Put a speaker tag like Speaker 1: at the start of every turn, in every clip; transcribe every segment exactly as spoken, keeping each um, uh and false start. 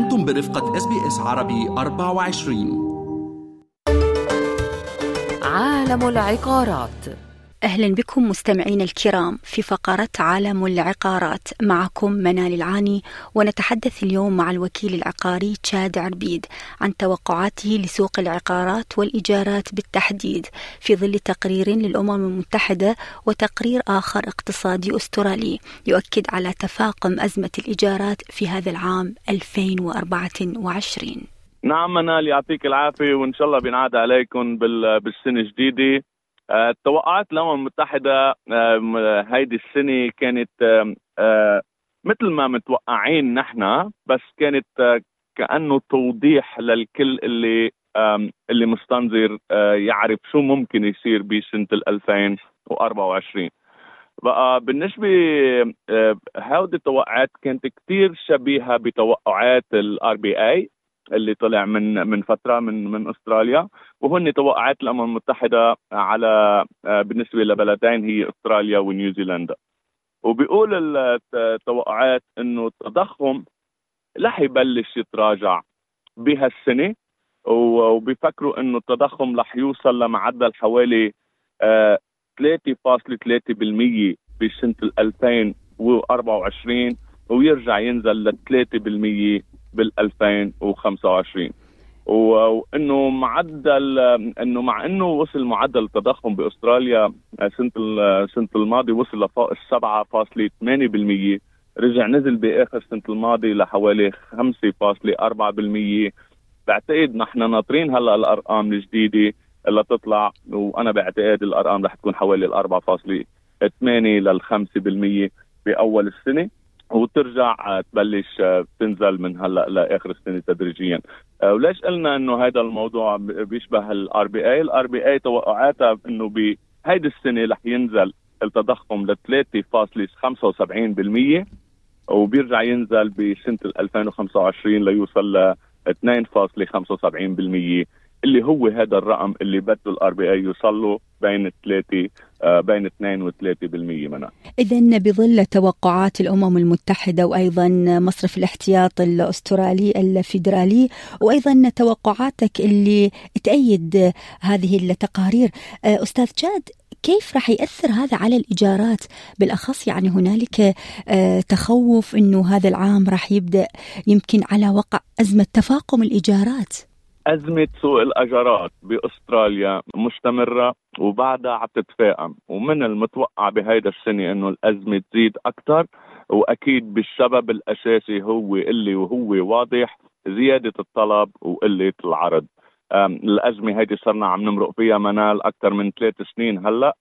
Speaker 1: أنتم برفقة إس بي إس عربي أربعة وعشرين.
Speaker 2: عالم العقارات.
Speaker 3: أهلا بكم مستمعين الكرام في فقرة عالم العقارات، معكم منال العاني، ونتحدث اليوم مع الوكيل العقاري تشاد عربيد عن توقعاته لسوق العقارات والإيجارات بالتحديد في ظل تقرير للأمم المتحدة وتقرير آخر اقتصادي أسترالي يؤكد على تفاقم أزمة الإيجارات في هذا العام ألفين وأربعة وعشرين.
Speaker 4: نعم منال، يعطيك العافية، وإن شاء الله بنعاد عليكم بالسنة الجديدة. التوقعات الأمم المتحدة هيدي السنة كانت مثل ما متوقعين نحن، بس كانت كأنه توضيح للكل اللي اللي مستنظر يعرف شو ممكن يصير بسنة ألفين وأربعة وعشرين. بقى بالنسبة هودي التوقعات كانت كتير شبيهة بتوقعات الار بي اي اللي طلع من من فترة من من أستراليا، وهن توقعات الأمم المتحدة على بالنسبة لبلدين هي أستراليا ونيوزيلندا. وبيقول التوقعات إنه التضخم رح يبلش يتراجع بهالسنة، وبيفكروا إنه التضخم رح يوصل لمعدل حوالي ثلاثة فاصلة ثلاثة بالمية بسنة ألفين وأربعة وعشرين، ويرجع ينزل ل ثلاثة بالمية بالألفين وخمسة وعشرين. وانه معدل انه مع انه وصل معدل التضخم باستراليا سنه السنه الماضي وصل لفوق السبعة فاصلة ثمانية بالمية، رجع نزل باخر سنه الماضي لحوالي خمسة فاصلة أربعة بالمية. بعتقد نحن ناطرين هلا الارقام الجديده اللي تطلع، وانا بعتقد الارقام رح تكون حوالي الأربعة فاصلة ثمانية للخمسة بالمية باول السنه، وترجع تبلش تنزل من هلا لاخر السنه تدريجيا. وليش قلنا انه هذا الموضوع بيشبه الار بي اي؟ الار بي اي توقعاتها انه بهيدي السنه رح ينزل التضخم ل ثلاثة فاصلة خمسة وسبعين بالمية، وبيرجع ينزل بسنه ألفين وخمسة وعشرين ليوصل ل اثنين فاصلة خمسة وسبعين بالمية، اللي هو هذا الرقم اللي بده الار بي اي يوصل له بين ثلاثة بين اثنين وثلاثة بالمية منها.
Speaker 3: إذن بظل توقعات الأمم المتحدة وأيضا مصرف الاحتياط الأسترالي الفيدرالي وأيضا توقعاتك اللي تأيد هذه التقارير، أستاذ تشاد، كيف راح يأثر هذا على الإيجارات بالأخص؟ يعني هنالك تخوف أنه هذا العام راح يبدأ يمكن على وقع أزمة تفاقم الإيجارات.
Speaker 4: أزمة سوق الأجارات بأستراليا مستمرة وبعدها عم تتفاقم، ومن المتوقع بهيدا السنة إنه الأزمة تزيد أكتر، وأكيد بالسبب الأساسي هو اللي وهو واضح زيادة الطلب وقلة العرض. الأزمة هيدي صرنا عم نمرق فيها منال أكتر من ثلاث سنين هلأ،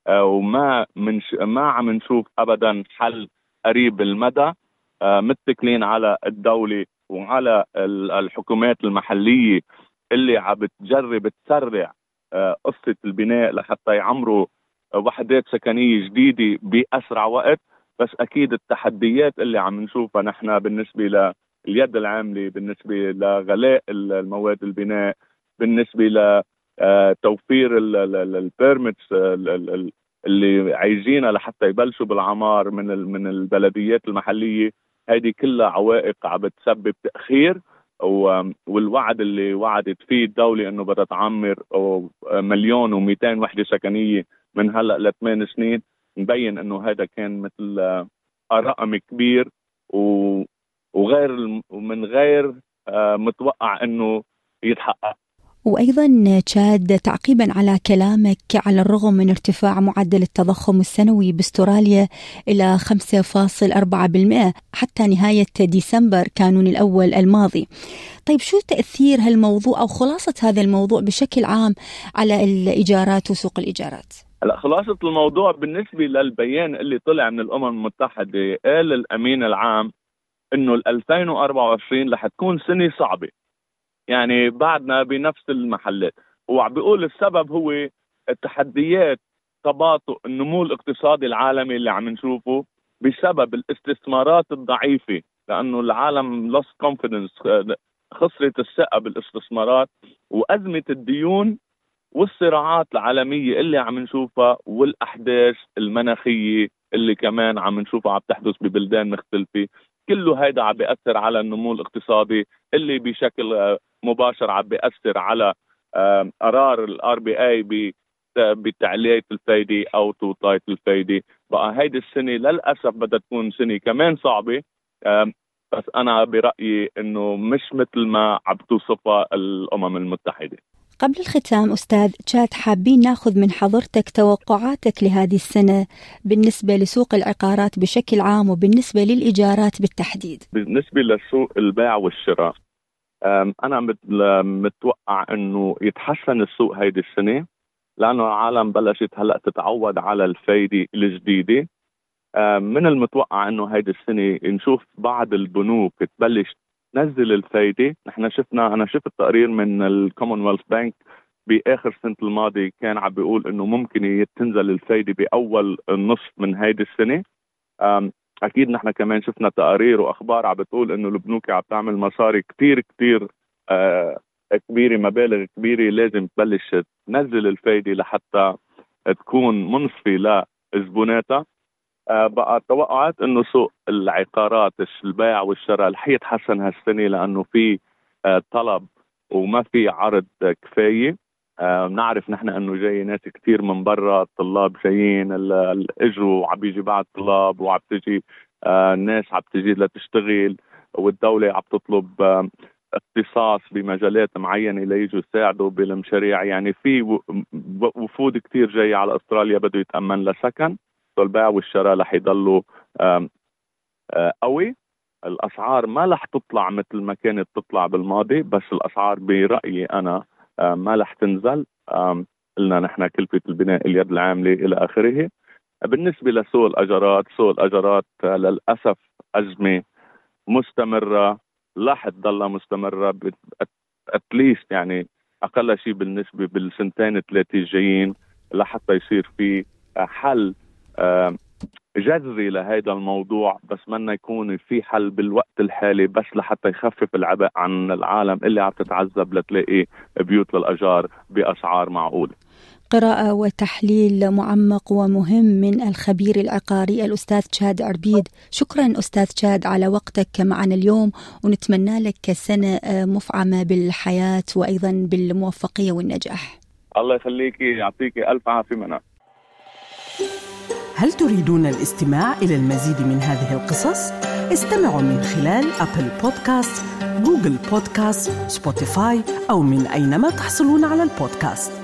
Speaker 4: وما منش ما عم نشوف أبدا حل قريب المدى. متكلين على الدولة وعلى الحكومات المحلية اللي عم بتجرب تسرع قصة البناء لحتى يعمروا وحدات سكنية جديدة بأسرع وقت. بس أكيد التحديات اللي عم نشوفها نحن بالنسبة لليد العاملة، بالنسبة لغلاء المواد البناء، بالنسبة لتوفير البيرمتس اللي عايزينها لحتى يبلشوا بالعمار من من البلديات المحلية، هذه كلها عوائق عم بتسبب تأخير. والوعد اللي وعدت فيه الدولة انه بدها تعمر مليون ومئتين وحدة سكنية من هلأ لثمان سنين، مبين انه هذا كان مثل رقم كبير وغير من غير متوقع انه يتحقق.
Speaker 3: وأيضا تشاد، تعقيبا على كلامك، على الرغم من ارتفاع معدل التضخم السنوي باستراليا إلى خمسة فاصلة أربعة بالمئة حتى نهاية ديسمبر كانون الأول الماضي، طيب شو تأثير هالموضوع أو خلاصة هذا الموضوع بشكل عام على الإيجارات وسوق الإيجارات؟
Speaker 4: هلا خلاصة الموضوع بالنسبة للبيان اللي طلع من الأمم المتحدة، قال الأمين العام إنه ألفين وأربعة وعشرين رح تكون سنة صعبة، يعني بعدنا بنفس المحلات. وعم بيقول السبب هو التحديات تباطؤ النمو الاقتصادي العالمي اللي عم نشوفه بسبب الاستثمارات الضعيفة، لأنه العالم lost confidence، خسرت الثقة بالاستثمارات، وأزمة الديون والصراعات العالمية اللي عم نشوفها، والأحداث المناخية اللي كمان عم نشوفها عم تحدث ببلدان مختلفة. كله هيدا عم بيأثر على النمو الاقتصادي اللي بشكل مباشر عم بيأثر على قرار الار بي اي بتعلية الفايدة أو توطية الفايدة. بقى هيدي السنة للأسف بدها تكون سنة كمان صعبة، بس أنا برأيي إنه مش مثل ما عم توصفها الأمم المتحدة.
Speaker 3: قبل الختام أستاذ تشاد، حابين ناخذ من حضرتك توقعاتك لهذه السنة بالنسبة لسوق العقارات بشكل عام وبالنسبة للإيجارات بالتحديد.
Speaker 4: بالنسبة لسوق البيع والشراء، أنا متوقع إنه يتحسن السوق هيدي السنة، لأنه العالم بلشت هلأ تتعود على الفايدة الجديدة. من المتوقع إنه هيدي السنة نشوف بعض البنوك تبلش نزل الفايدة. نحن شفنا أنا شفت تقرير من الكومنولث بانك بآخر سنة الماضي كان عم بيقول إنه ممكن تنزل الفايدة بأول النصف من هيدي السنة. أكيد نحن كمان شفنا تقارير وأخبار عم بتقول إنه البنوك عم تعمل مصاري كتير كتير آه كبيرة، مبالغ كبيرة، لازم تبلش تنزل الفايدة لحتى تكون منصفة لزبوناتها. آه بقى توقعات إنه سوق العقارات البيع والشراء رح يتحسن هالسنة، لأنه في آه طلب وما في عرض كفاية. آه نعرف نحن إنه جاي ناس كتير من برا، الطلاب جايين، الإجروا عم بيجي بعض طلاب وعم تجي آه ناس عم تجي لتشتغل، والدولة عم تطلب آه اختصاص بمجالات معينة ليجوا يساعدوا بالمشاريع. يعني في وفود كتير جاي على أستراليا بده يتأمن لسكن. البيع والشراء رح يضلوا قوي. الأسعار ما رح تطلع مثل ما كانت تطلع بالماضي، بس الأسعار برأيي أنا ما رح تنزل. قلنا نحن كلفة البناء، اليد العاملة إلى آخره. بالنسبة لسوق الأجارات، سوق الأجارات للأسف أزمة مستمرة، رح تضلها مستمرة أتليست، يعني أقل شيء بالنسبة بالسنتين ثلاثة الجايين، لحتى يصير في حل جذري لهذا الموضوع. بس منا يكون في حل بالوقت الحالي بس لحتى يخفف العبء عن العالم اللي عم تتعذب لتلاقي بيوت للأجار بأسعار معقولة.
Speaker 3: قراءة وتحليل معمق ومهم من الخبير العقاري الأستاذ تشاد عربيد. شكرا أستاذ تشاد على وقتك معنا اليوم، ونتمنى لك سنة مفعمة بالحياة وأيضا بالموفقية والنجاح.
Speaker 4: الله يخليكي، يعطيك ألف عافية منى.
Speaker 2: هل تريدون الاستماع إلى المزيد من هذه القصص؟ استمعوا من خلال أبل بودكاست، جوجل بودكاست، سبوتيفاي أو من أينما تحصلون على البودكاست.